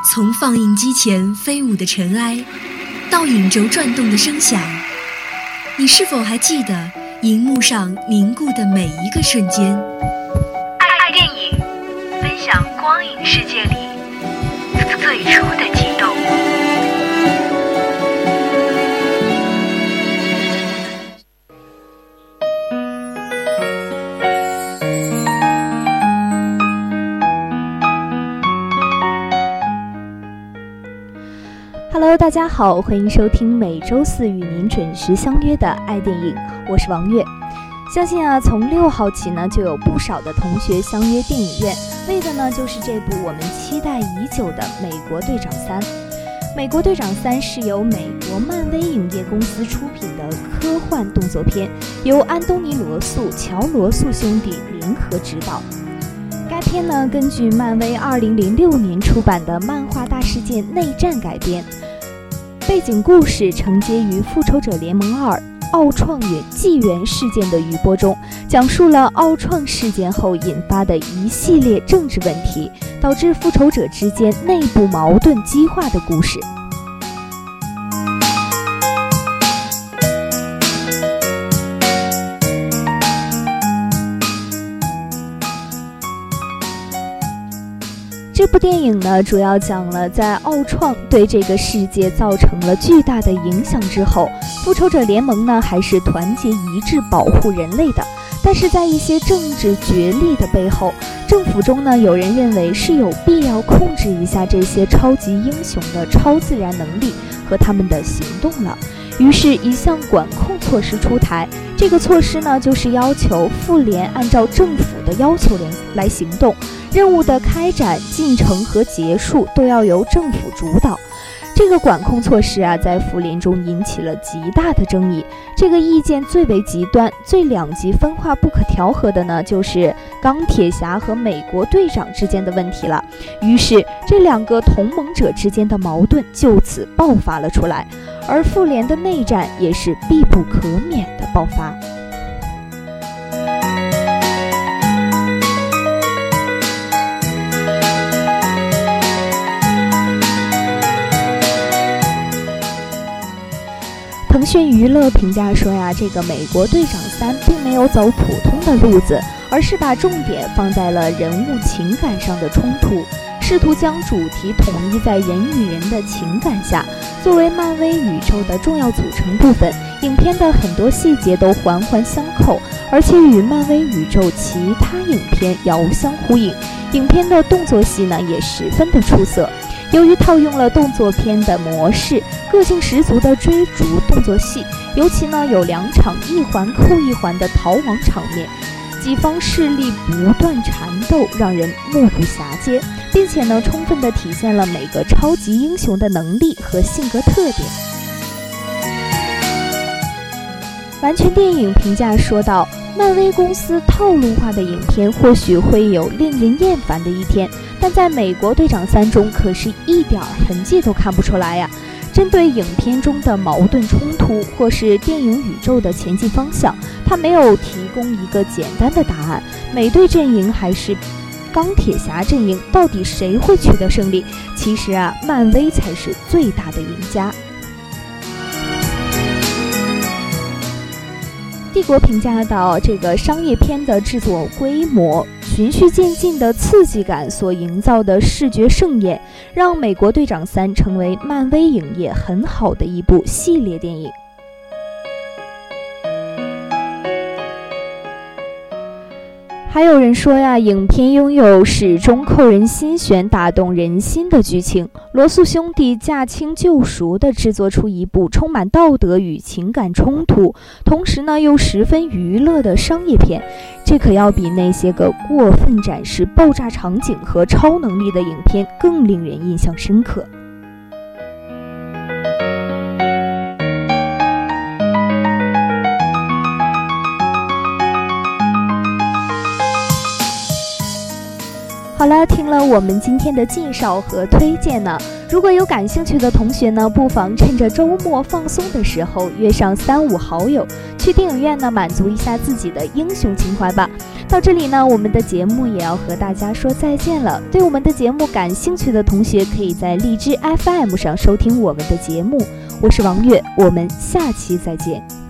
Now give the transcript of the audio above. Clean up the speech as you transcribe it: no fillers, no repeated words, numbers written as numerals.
从放映机前飞舞的尘埃，到影轴转动的声响，你是否还记得荧幕上凝固的每一个瞬间？ 爱电影，分享光影世界里最初的激动。 Hello， 大家好，欢迎收听每周四与您准时相约的爱电影，我是王悦。相信从6号起呢，就有不少的同学相约电影院，为的呢就是这部我们期待已久的《美国队长3》。《美国队长3》是由美国漫威影业公司出品的科幻动作片，由安东尼·罗素、乔·罗素兄弟联合执导。该片呢根据漫威2006年出版的漫画大事件内战改编，背景故事承接于《复仇者联盟2：奥创纪元事件的余波中，讲述了奥创事件后引发的一系列政治问题，导致复仇者之间内部矛盾激化的故事。这部电影呢，主要讲了在奥创对这个世界造成了巨大的影响之后，复仇者联盟呢还是团结一致保护人类的。但是在一些政治角力的背后，政府中呢有人认为是有必要控制一下这些超级英雄的超自然能力和他们的行动了。于是一项管控措施出台，这个措施呢就是要求复联按照政府的要求来行动，任务的开展、进程和结束都要由政府主导。这个管控措施在复联中引起了极大的争议。这个意见最为极端、最两极分化不可调和的呢，就是钢铁侠和美国队长之间的问题了。于是这两个同盟者之间的矛盾就此爆发了出来，而复联的内战也是必不可免的爆发。腾讯娱乐评价说这个《美国队长3》并没有走普通的路子，而是把重点放在了人物情感上的冲突，试图将主题统一在人与人的情感下。作为漫威宇宙的重要组成部分，影片的很多细节都环环相扣，而且与漫威宇宙其他影片遥相呼应。影片的动作戏呢也十分的出色。由于套用了动作片的模式，个性十足的追逐动作戏，尤其呢有2场一环扣一环的逃亡场面，几方势力不断缠斗，让人目不暇接，并且呢充分地体现了每个超级英雄的能力和性格特点。完全电影评价说道，漫威公司套路化的影片或许会有令人厌烦的一天，但在美国队长3中可是一点痕迹都看不出来呀。针对影片中的矛盾冲突或是电影宇宙的前进方向，它没有提供一个简单的答案。美队阵营还是钢铁侠阵营，到底谁会取得胜利？其实漫威才是最大的赢家。帝国评价到，这个商业片的制作规模、循序渐进的刺激感所营造的视觉盛宴，让《美国队长3》成为漫威影业很好的一部系列电影。还有人说影片拥有始终扣人心弦、打动人心的剧情。罗素兄弟驾轻就熟地制作出一部充满道德与情感冲突，同时呢又十分娱乐的商业片，这可要比那些个过分展示爆炸场景和超能力的影片更令人印象深刻。 好了，听了我们今天的介绍和推荐呢，如果有感兴趣的同学呢，不妨趁着周末放松的时候，约上3-5好友去电影院呢，满足一下自己的英雄情怀吧。到这里呢，我们的节目也要和大家说再见了。对我们的节目感兴趣的同学，可以在荔枝 FM 上收听我们的节目。我是王悦，我们下期再见。